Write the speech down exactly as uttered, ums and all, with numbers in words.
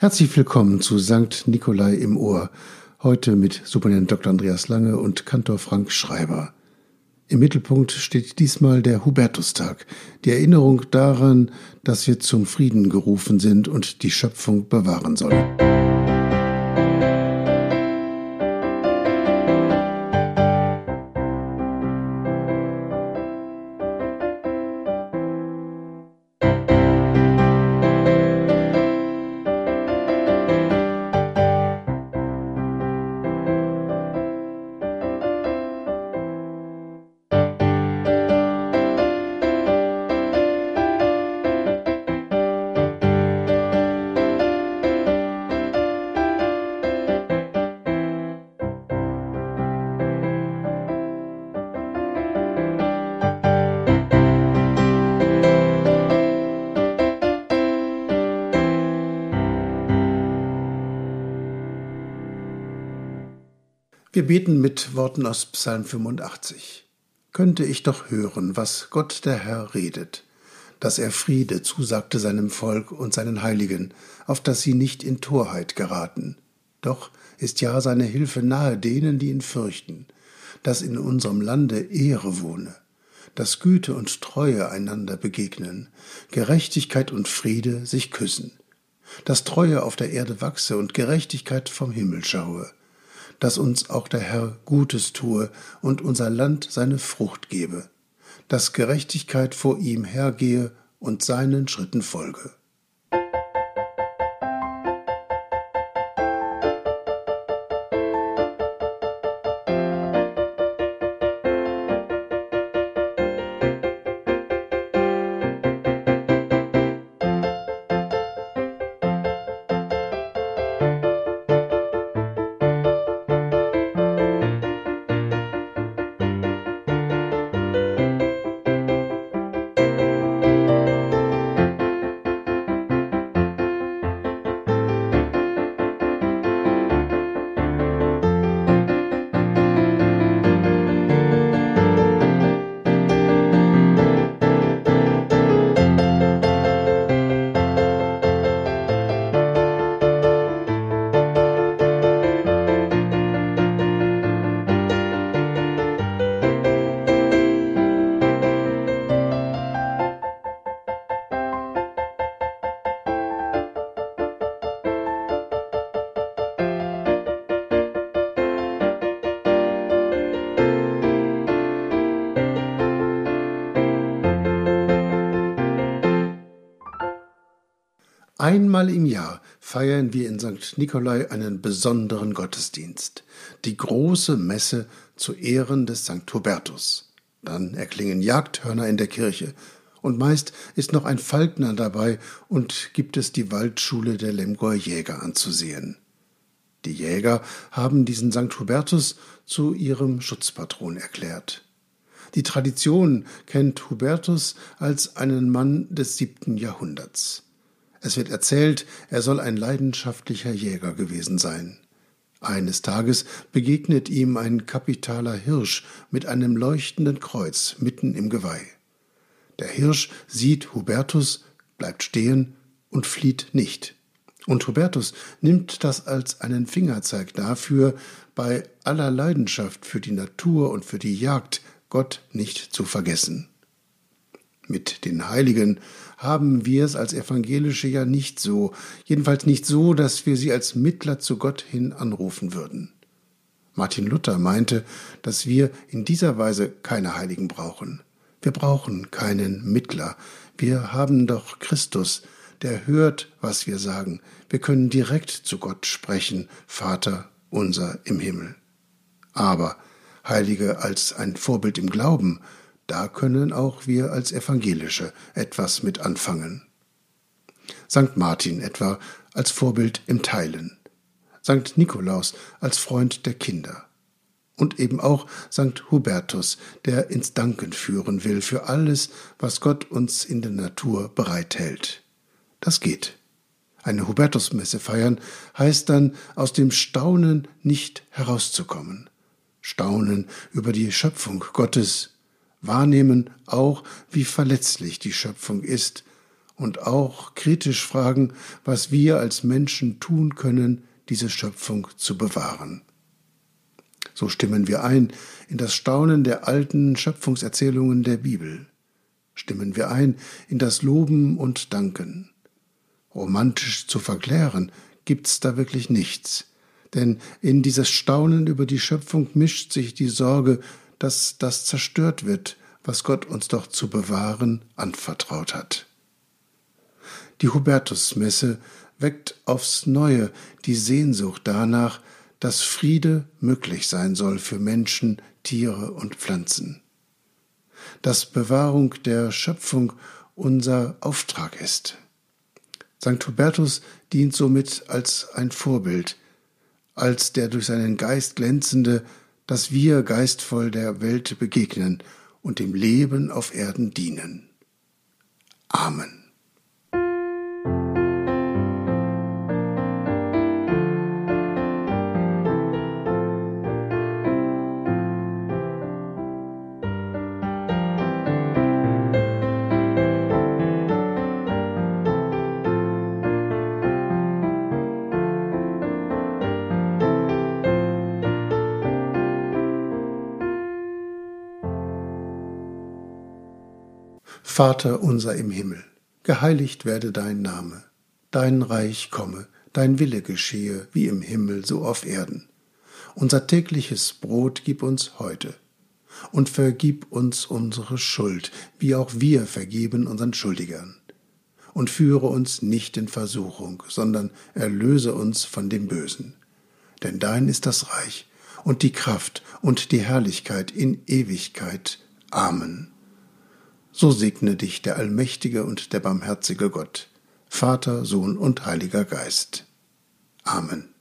Herzlich willkommen zu Sankt Nikolai im Ohr, heute mit Superintendent Doktor Andreas Lange und Kantor Frank Schreiber. Im Mittelpunkt steht diesmal der Hubertustag, die Erinnerung daran, dass wir zum Frieden gerufen sind und die Schöpfung bewahren sollen. Wir beten mit Worten aus Psalm fünfundachtzig. Könnte ich doch hören, was Gott der Herr redet, dass er Friede zusagte seinem Volk und seinen Heiligen, auf dass sie nicht in Torheit geraten. Doch ist ja seine Hilfe nahe denen, die ihn fürchten, dass in unserem Lande Ehre wohne, dass Güte und Treue einander begegnen, Gerechtigkeit und Friede sich küssen, dass Treue auf der Erde wachse und Gerechtigkeit vom Himmel schaue, dass uns auch der Herr Gutes tue und unser Land seine Frucht gebe, dass Gerechtigkeit vor ihm hergehe und seinen Schritten folge. Einmal im Jahr feiern wir in Sankt Nikolai einen besonderen Gottesdienst, die große Messe zu Ehren des Sankt Hubertus. Dann erklingen Jagdhörner in der Kirche und meist ist noch ein Falkner dabei und gibt es die Waldschule der Lemgoer Jäger anzusehen. Die Jäger haben diesen Sankt Hubertus zu ihrem Schutzpatron erklärt. Die Tradition kennt Hubertus als einen Mann des siebten Jahrhunderts. Es wird erzählt, er soll ein leidenschaftlicher Jäger gewesen sein. Eines Tages begegnet ihm ein kapitaler Hirsch mit einem leuchtenden Kreuz mitten im Geweih. Der Hirsch sieht Hubertus, bleibt stehen und flieht nicht. Und Hubertus nimmt das als einen Fingerzeig dafür, bei aller Leidenschaft für die Natur und für die Jagd Gott nicht zu vergessen. Mit den Heiligen haben wir es als Evangelische ja nicht so, jedenfalls nicht so, dass wir sie als Mittler zu Gott hin anrufen würden. Martin Luther meinte, dass wir in dieser Weise keine Heiligen brauchen. Wir brauchen keinen Mittler. Wir haben doch Christus, der hört, was wir sagen. Wir können direkt zu Gott sprechen, Vater unser im Himmel. Aber Heilige als ein Vorbild im Glauben, da können auch wir als Evangelische etwas mit anfangen. Sankt Martin etwa als Vorbild im Teilen, Sankt Nikolaus als Freund der Kinder und eben auch Sankt Hubertus, der ins Danken führen will für alles, was Gott uns in der Natur bereithält. Das geht. Eine Hubertusmesse feiern heißt dann, aus dem Staunen nicht herauszukommen. Staunen über die Schöpfung Gottes, wahrnehmen auch, wie verletzlich die Schöpfung ist und auch kritisch fragen, was wir als Menschen tun können, diese Schöpfung zu bewahren. So stimmen wir ein in das Staunen der alten Schöpfungserzählungen der Bibel. Stimmen wir ein in das Loben und Danken. Romantisch zu verklären gibt's da wirklich nichts, denn in dieses Staunen über die Schöpfung mischt sich die Sorge, dass das zerstört wird, was Gott uns doch zu bewahren anvertraut hat. Die Hubertusmesse weckt aufs Neue die Sehnsucht danach, dass Friede möglich sein soll für Menschen, Tiere und Pflanzen. Dass Bewahrung der Schöpfung unser Auftrag ist. Sankt Hubertus dient somit als ein Vorbild, als der durch seinen Geist glänzende, dass wir geistvoll der Welt begegnen und dem Leben auf Erden dienen. Amen. Vater unser im Himmel, geheiligt werde dein Name, dein Reich komme, dein Wille geschehe, wie im Himmel so auf Erden. Unser tägliches Brot gib uns heute und vergib uns unsere Schuld, wie auch wir vergeben unseren Schuldigern. Und führe uns nicht in Versuchung, sondern erlöse uns von dem Bösen. Denn dein ist das Reich und die Kraft und die Herrlichkeit in Ewigkeit. Amen. So segne dich der allmächtige und der barmherzige Gott, Vater, Sohn und Heiliger Geist. Amen.